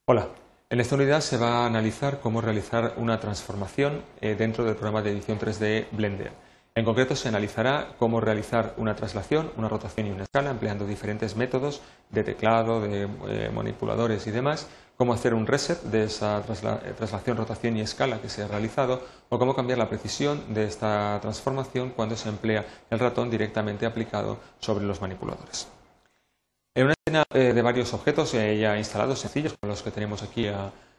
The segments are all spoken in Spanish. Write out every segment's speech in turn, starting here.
Hola, en esta unidad se va a analizar cómo realizar una transformación dentro del programa de edición 3D Blender. En concreto se analizará cómo realizar una traslación, una rotación y una escala empleando diferentes métodos de teclado, de manipuladores y demás, cómo hacer un reset de esa traslación, rotación y escala que se ha realizado o cómo cambiar la precisión de esta transformación cuando se emplea el ratón directamente aplicado sobre los manipuladores. En una escena de varios objetos ya instalados, sencillos, como los que tenemos aquí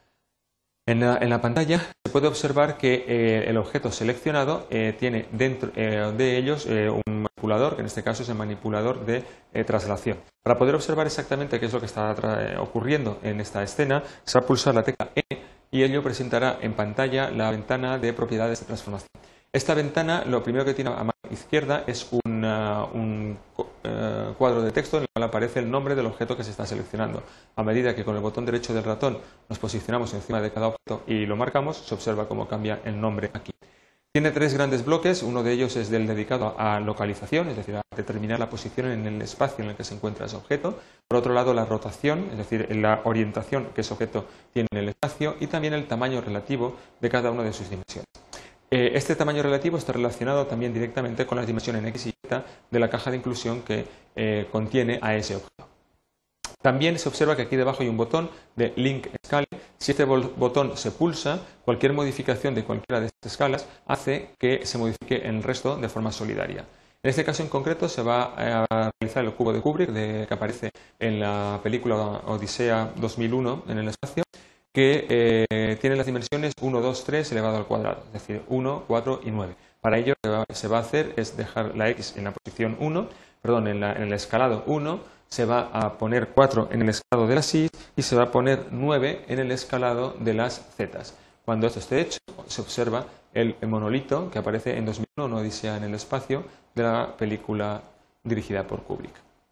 en la pantalla, se puede observar que el objeto seleccionado tiene dentro de ellos un manipulador, que en este caso es el manipulador de traslación. Para poder observar exactamente qué es lo que está ocurriendo en esta escena, se va a pulsar la tecla E y ello presentará en pantalla la ventana de propiedades de transformación. Esta ventana, lo primero que tiene a mano izquierda es un cuadro de texto en el cual aparece el nombre del objeto que se está seleccionando. A medida que con el botón derecho del ratón nos posicionamos encima de cada objeto y lo marcamos, se observa cómo cambia el nombre aquí. Tiene tres grandes bloques, uno de ellos es del dedicado a localización, es decir, a determinar la posición en el espacio en el que se encuentra ese objeto. Por otro lado, la rotación, es decir, la orientación que ese objeto tiene en el espacio y también el tamaño relativo de cada una de sus dimensiones. Este tamaño relativo está relacionado también directamente con las dimensiones en X y Z de la caja de inclusión que contiene a ese objeto. También se observa que aquí debajo hay un botón de Link Scale. Si este botón se pulsa, cualquier modificación de cualquiera de estas escalas hace que se modifique el resto de forma solidaria. En este caso en concreto se va a realizar el cubo de Kubrick que aparece en la película Odisea 2001 en el espacio, que tiene las dimensiones 1, 2, 3 elevado al cuadrado, es decir, 1, 4 y 9. Para ello lo que se va a hacer es dejar la X en la posición 1, perdón, en el escalado 1, se va a poner 4 en el escalado de las Y y se va a poner 9 en el escalado de las Z. Cuando esto esté hecho, se observa el monolito que aparece en 2001, una Odisea en el espacio, de la película dirigida por Kubrick.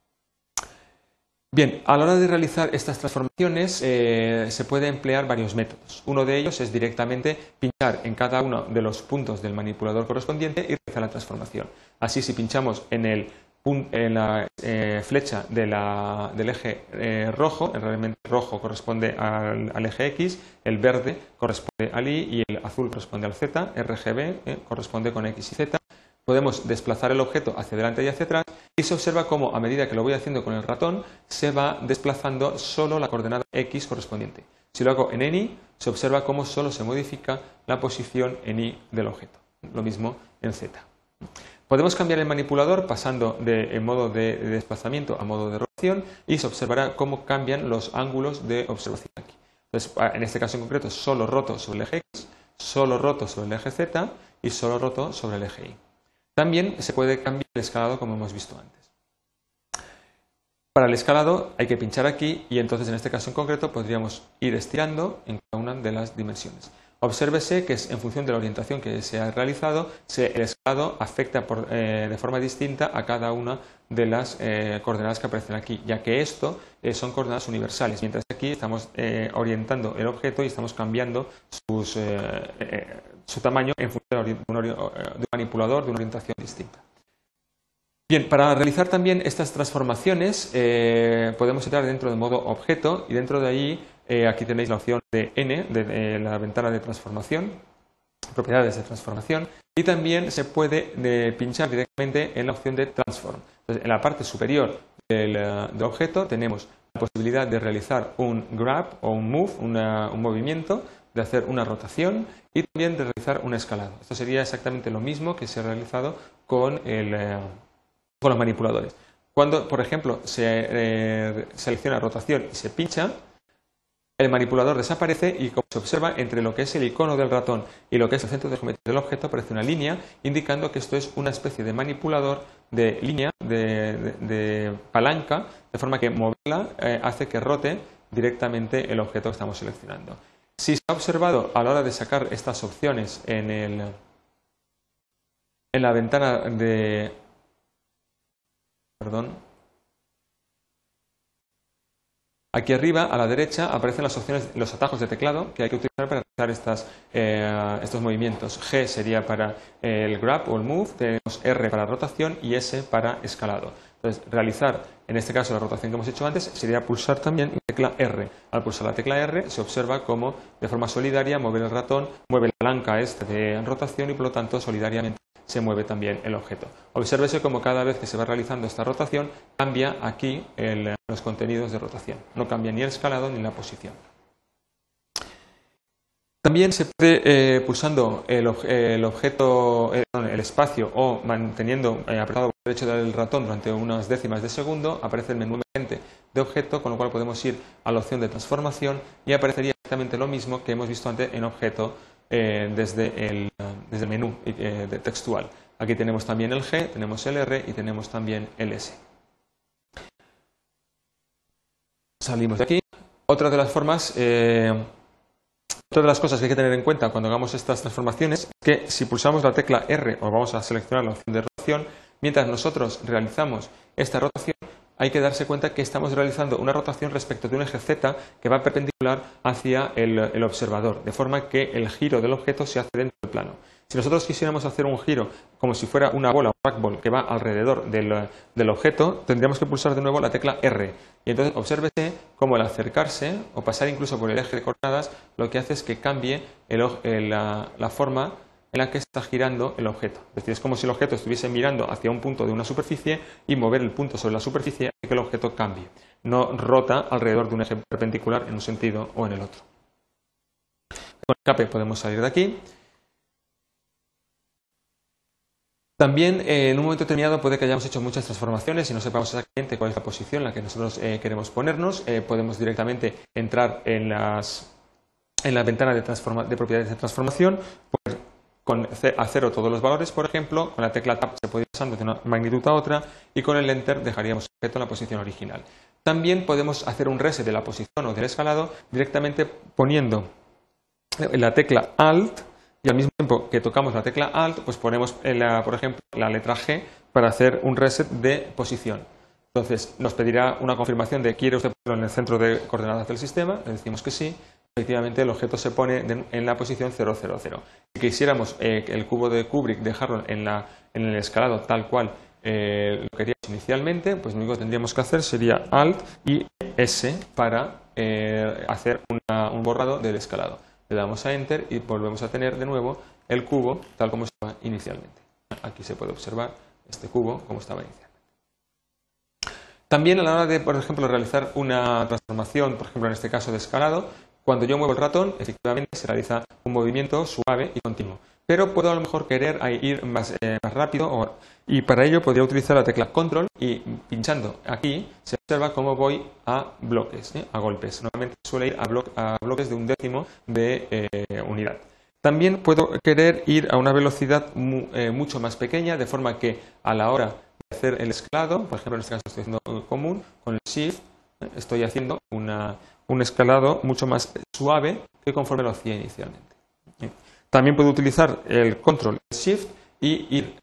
Bien, a la hora de realizar estas transformaciones se puede emplear varios métodos. Uno de ellos es directamente pinchar en cada uno de los puntos del manipulador correspondiente y realizar la transformación. Así, si pinchamos en la flecha del eje rojo, realmente el rojo corresponde al eje X, el verde corresponde al Y y el azul corresponde al Z, RGB corresponde con X y Z. Podemos desplazar el objeto hacia adelante y hacia atrás y se observa cómo a medida que lo voy haciendo con el ratón se va desplazando solo la coordenada X correspondiente. Si lo hago en Y, se observa cómo solo se modifica la posición en Y del objeto. Lo mismo en Z. Podemos cambiar el manipulador pasando de modo de desplazamiento a modo de rotación y se observará cómo cambian los ángulos de observación aquí. Entonces, en este caso en concreto, solo roto sobre el eje X, solo roto sobre el eje Z y solo roto sobre el eje Y. También se puede cambiar el escalado como hemos visto antes. Para el escalado hay que pinchar aquí y entonces en este caso en concreto podríamos ir estirando en cada una de las dimensiones. Obsérvese que en función de la orientación que se ha realizado, el escalado afecta de forma distinta a cada una de las coordenadas que aparecen aquí, ya que esto son coordenadas universales, mientras que aquí estamos orientando el objeto y estamos cambiando su tamaño en función de un manipulador de una orientación distinta. Bien, para realizar también estas transformaciones podemos entrar dentro del modo objeto y dentro de ahí aquí tenéis la opción de N, de la ventana de transformación, propiedades de transformación, y también se puede pinchar directamente en la opción de Transform. Entonces, en la parte superior del objeto tenemos la posibilidad de realizar un Grab o un Move, un movimiento, de hacer una rotación y también de realizar un escalado. Esto sería exactamente lo mismo que se ha realizado con los manipuladores. Cuando, por ejemplo, se selecciona rotación y se pincha, el manipulador desaparece y, como se observa, entre lo que es el icono del ratón y lo que es el centro de geometría del objeto aparece una línea indicando que esto es una especie de manipulador de línea, de palanca, de forma que moverla hace que rote directamente el objeto que estamos seleccionando. Si se ha observado a la hora de sacar estas opciones en la ventana de... Aquí arriba, a la derecha, aparecen las opciones, los atajos de teclado que hay que utilizar para realizar estos movimientos. G sería para el grab o el move, tenemos R para rotación y S para escalado. Entonces, realizar, en este caso, la rotación que hemos hecho antes sería pulsar también la tecla R. Al pulsar la tecla R se observa cómo, de forma solidaria, mover el ratón, mueve la palanca de rotación y, por lo tanto, solidariamente se mueve también el objeto. Obsérvese cómo cada vez que se va realizando esta rotación cambia aquí los contenidos de rotación. No cambia ni el escalado ni la posición. También se puede, pulsando el espacio o manteniendo apretado por derecho del ratón durante unas décimas de segundo, aparece el menú emergente de objeto, con lo cual podemos ir a la opción de transformación y aparecería exactamente lo mismo que hemos visto antes en objeto desde el menú textual. Aquí tenemos también el G, tenemos el R y tenemos también el S. Salimos de aquí. Otra de las formas... Otra de las cosas que hay que tener en cuenta cuando hagamos estas transformaciones es que si pulsamos la tecla R o vamos a seleccionar la opción de rotación, mientras nosotros realizamos esta rotación, hay que darse cuenta que estamos realizando una rotación respecto de un eje Z que va perpendicular hacia el observador, de forma que el giro del objeto se hace dentro del plano. Si nosotros quisiéramos hacer un giro como si fuera una bola, un ragdoll, que va alrededor del objeto, tendríamos que pulsar de nuevo la tecla R. Y entonces obsérvese cómo al acercarse o pasar incluso por el eje de coordenadas, lo que hace es que cambie la forma en la que está girando el objeto. Es decir, es como si el objeto estuviese mirando hacia un punto de una superficie y mover el punto sobre la superficie hace que el objeto cambie. No rota alrededor de un eje perpendicular en un sentido o en el otro. Con escape podemos salir de aquí. También en un momento determinado puede que hayamos hecho muchas transformaciones y no sepamos exactamente cuál es la posición en la que nosotros queremos ponernos. Podemos directamente entrar en la ventana de propiedades de transformación, poner a cero todos los valores, por ejemplo. Con la tecla Tab se puede ir pasando de una magnitud a otra y con el Enter dejaríamos el objeto en la posición original. También podemos hacer un reset de la posición o del escalado directamente poniendo la tecla Alt. Y al mismo tiempo que tocamos la tecla Alt, pues ponemos, por ejemplo, la letra G para hacer un reset de posición. Entonces, nos pedirá una confirmación de ¿quiere usted ponerlo en el centro de coordenadas del sistema? Le decimos que sí. Efectivamente, el objeto se pone en la posición 000. Si quisiéramos el cubo de Kubrick dejarlo en el escalado tal cual lo queríamos inicialmente, pues lo único que tendríamos que hacer sería Alt y S para hacer un borrado del escalado. Le damos a Enter y volvemos a tener de nuevo el cubo tal como estaba inicialmente. Aquí se puede observar este cubo como estaba inicialmente. También a la hora de, por ejemplo, realizar una transformación, por ejemplo en este caso de escalado, cuando yo muevo el ratón, efectivamente se realiza un movimiento suave y continuo. Pero puedo a lo mejor querer ir más rápido y para ello podría utilizar la tecla Control y pinchando aquí se observa cómo voy a bloques, a golpes. Normalmente suele ir a bloques de un décimo de unidad. También puedo querer ir a una velocidad mucho más pequeña, de forma que a la hora de hacer el escalado, por ejemplo en este caso estoy haciendo común, con el Shift estoy haciendo un escalado mucho más suave que conforme lo hacía inicialmente. También puedo utilizar el Control, el Shift y ir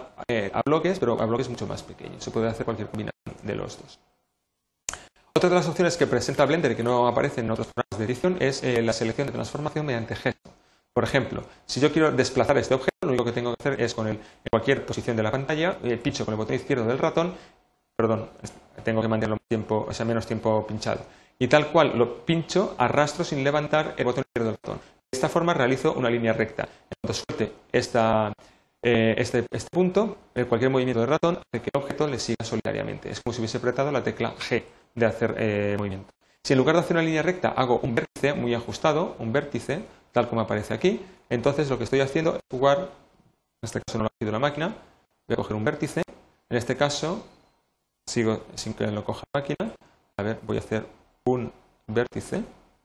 a bloques, pero a bloques mucho más pequeños. Se puede hacer cualquier combinación de los dos. Otra de las opciones que presenta Blender y que no aparece en otros programas de edición es la selección de transformación mediante gesto. Por ejemplo, si yo quiero desplazar este objeto, lo único que tengo que hacer es en cualquier posición de la pantalla, pincho con el botón izquierdo del ratón, tengo que mantenerlo menos tiempo pinchado. Y tal cual lo pincho, arrastro sin levantar el botón izquierdo del ratón. De esta forma realizo una línea recta. En cuanto suelte este punto, cualquier movimiento del ratón hace que el objeto le siga solidariamente. Es como si hubiese apretado la tecla G de hacer movimiento. Si en lugar de hacer una línea recta hago un vértice muy ajustado, un vértice, tal como aparece aquí, entonces lo que estoy haciendo es jugar, en este caso no lo ha cogido la máquina, voy a coger un vértice, en este caso sigo sin que lo coja la máquina, voy a hacer un vértice.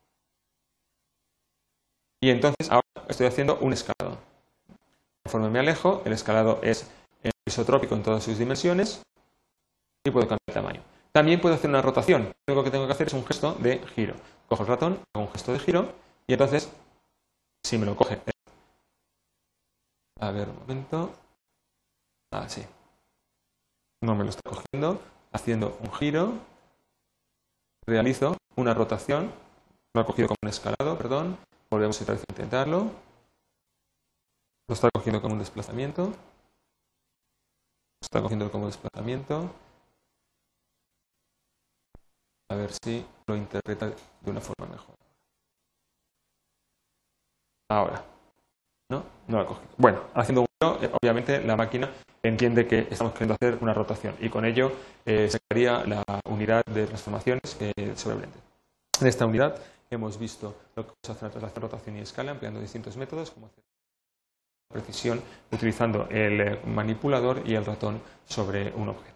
Y entonces ahora estoy haciendo un escalado. Conforme me alejo, el escalado es isotrópico en todas sus dimensiones y puedo cambiar el tamaño. También puedo hacer una rotación. Lo único que tengo que hacer es un gesto de giro. Cojo el ratón, hago un gesto de giro y entonces, si me lo coge... A ver, un momento... Ah, sí. No me lo está cogiendo. Haciendo un giro, realizo una rotación. Lo ha cogido como un escalado, perdón. Volvemos a intentarlo. Lo está cogiendo como un desplazamiento. Lo está cogiendo como desplazamiento. A ver si lo interpreta de una forma mejor. Ahora. ¿No? No la coge. Bueno, haciendo un giro, obviamente la máquina entiende que estamos queriendo hacer una rotación y con ello sacaría la unidad de transformaciones sobre Blender. En esta unidad hemos visto lo que es hacer una traslación, rotación y escala empleando distintos métodos, como hacer precisión utilizando el manipulador y el ratón sobre un objeto.